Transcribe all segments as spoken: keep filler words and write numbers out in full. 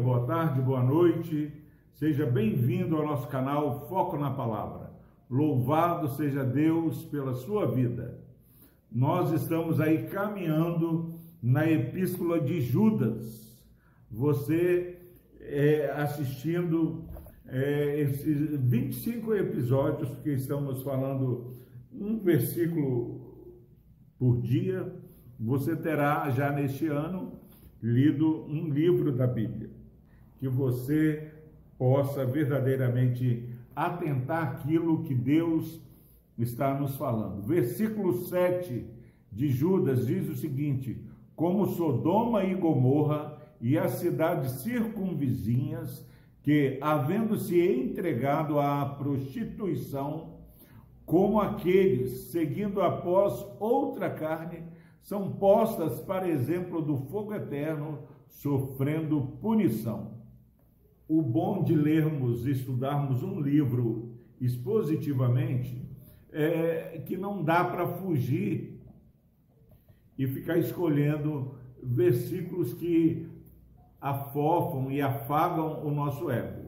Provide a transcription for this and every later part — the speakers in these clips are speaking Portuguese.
boa tarde, boa noite. Seja bem-vindo ao nosso canal Foco na Palavra. Louvado seja Deus pela sua vida. Nós estamos aí caminhando na Epístola de Judas. Você é, assistindo é, esses vinte e cinco episódios, que estamos falando um versículo por dia, você terá já neste ano lido um livro da Bíblia, que você possa verdadeiramente atentar aquilo que Deus está nos falando. Versículo sete de Judas diz o seguinte: como Sodoma e Gomorra e as cidades circunvizinhas, que, havendo-se entregado à prostituição, como aqueles, seguindo após outra carne, são postas para exemplo do fogo eterno, sofrendo punição. O bom de lermos e estudarmos um livro expositivamente é que não dá para fugir e ficar escolhendo versículos que afofam e afagam o nosso ego.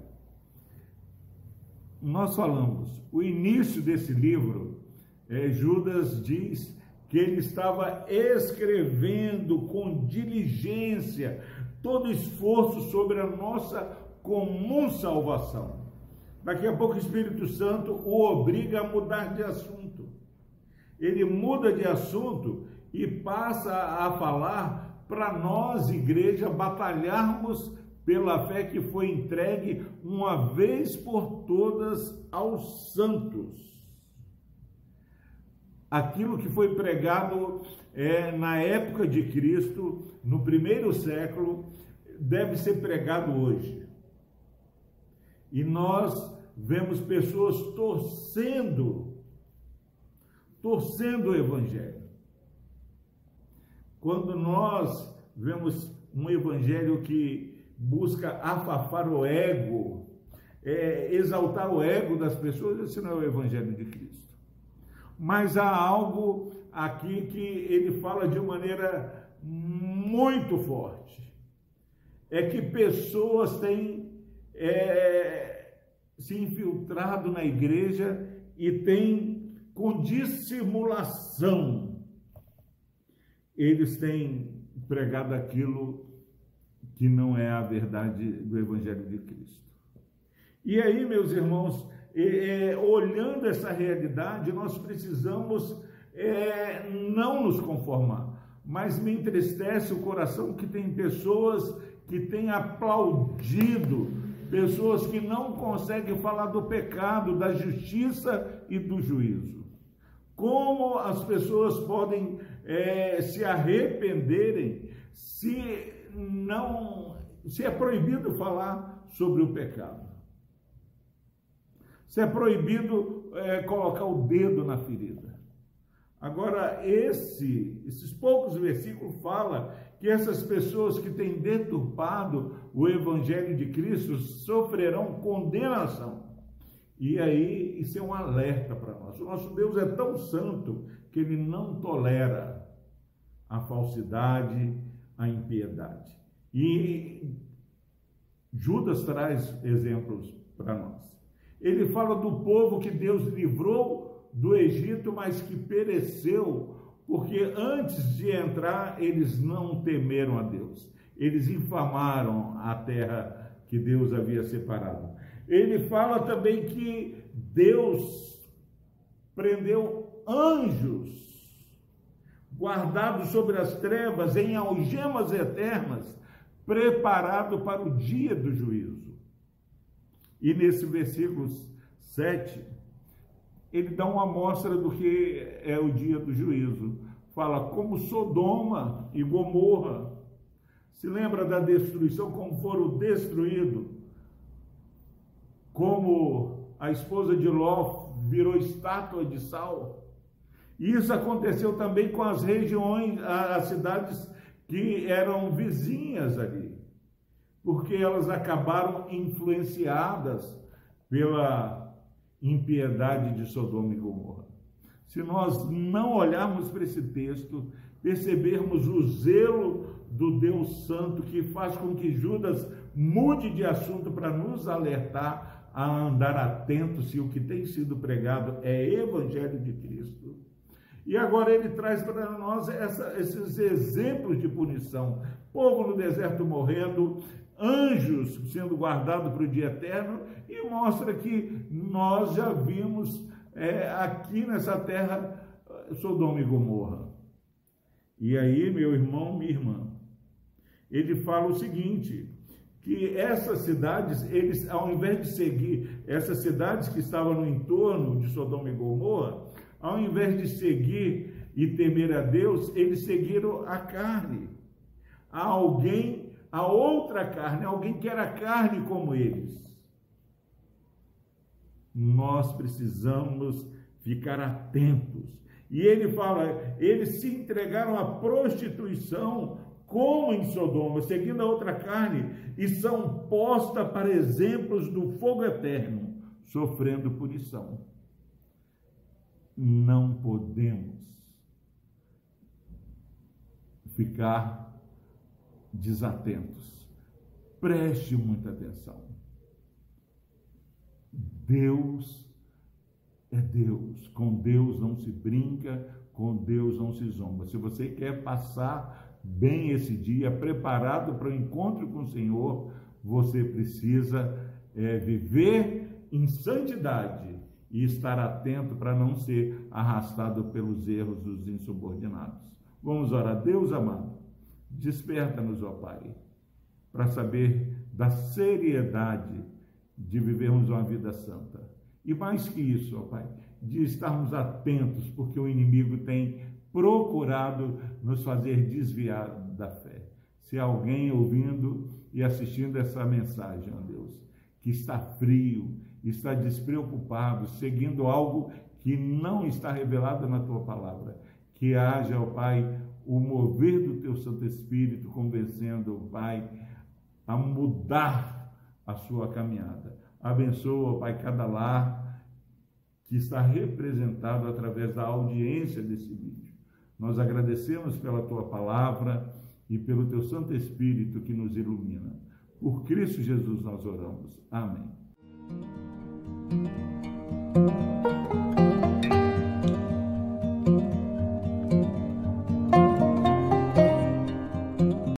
Nós falamos, o início desse livro, é, Judas diz que ele estava escrevendo com diligência todo esforço sobre a nossa comum salvação. Daqui a pouco o Espírito Santo o obriga a mudar de assunto. Ele muda de assunto e passa a falar para nós, igreja, batalharmos pela fé que foi entregue uma vez por todas aos santos. Aquilo que foi pregado é, na época de Cristo, no primeiro século, deve ser pregado hoje. E nós vemos pessoas torcendo, torcendo o Evangelho. Quando nós vemos um Evangelho que busca afafar o ego, é, exaltar o ego das pessoas, esse não é o Evangelho de Cristo. Mas há algo aqui que ele fala de maneira muito forte. É que pessoas têm é, se infiltrado na igreja e têm, com dissimulação, eles têm pregado aquilo que não é a verdade do Evangelho de Cristo. E aí, meus irmãos, É, olhando essa realidade, nós precisamos é, não nos conformar, mas me entristece o coração que tem pessoas que têm aplaudido, pessoas que não conseguem falar do pecado, da justiça e do juízo. Como as pessoas podem é, se arrependerem se não, se é proibido falar sobre o pecado? Se é proibido é, colocar o dedo na ferida. Agora, esse, esses poucos versículos falam que essas pessoas que têm deturpado o Evangelho de Cristo sofrerão condenação. E aí, isso é um alerta para nós. O nosso Deus é tão santo que ele não tolera a falsidade, a impiedade. E Judas traz exemplos para nós. Ele fala do povo que Deus livrou do Egito, mas que pereceu, porque antes de entrar, eles não temeram a Deus. Eles infamaram a terra que Deus havia separado. Ele fala também que Deus prendeu anjos, guardados sobre as trevas, em algemas eternas, preparado para o dia do juízo. E nesse versículo sete, ele dá uma amostra do que é o dia do juízo. Fala, como Sodoma e Gomorra, se lembra da destruição, como foram destruídos, como a esposa de Ló virou estátua de sal. Isso aconteceu também com as regiões, as cidades que eram vizinhas ali, porque elas acabaram influenciadas pela impiedade de Sodoma e Gomorra. Se nós não olharmos para esse texto, percebermos o zelo do Deus Santo que faz com que Judas mude de assunto para nos alertar a andar atento se o que tem sido pregado é Evangelho de Cristo. E agora ele traz para nós essa, esses exemplos de punição. Povo no deserto morrendo, anjos sendo guardados para o dia eterno, e mostra que nós já vimos é, aqui nessa terra Sodoma e Gomorra. E aí, meu irmão, minha irmã, ele fala o seguinte, que essas cidades, eles, ao invés de seguir essas cidades que estavam no entorno de Sodoma e Gomorra, ao invés de seguir e temer a Deus, eles seguiram a carne, a alguém, a outra carne, alguém que era carne como eles. Nós precisamos ficar atentos. E ele fala, eles se entregaram à prostituição, como em Sodoma, seguindo a outra carne, e são postas para exemplos do fogo eterno, sofrendo punição. Não podemos ficar desatentos. Preste muita atenção. Deus é Deus. Com Deus não se brinca, com Deus não se zomba. Se você quer passar bem esse dia, preparado para o encontro com o Senhor, você precisa é, viver em santidade e estar atento para não ser arrastado pelos erros dos insubordinados. Vamos orar. Deus amado, desperta-nos, ó Pai, para saber da seriedade de vivermos uma vida santa. E mais que isso, ó Pai, de estarmos atentos, porque o inimigo tem procurado nos fazer desviar da fé. Se alguém ouvindo e assistindo essa mensagem, ó Deus, que está frio, está despreocupado, seguindo algo que não está revelado na Tua palavra, que haja, ó Pai, o mover do Teu Santo Espírito, convencendo, ó Pai, a mudar a sua caminhada. Abençoa, ó Pai, cada lar que está representado através da audiência desse vídeo. Nós agradecemos pela Tua palavra e pelo Teu Santo Espírito que nos ilumina. Por Cristo Jesus nós oramos. Amém.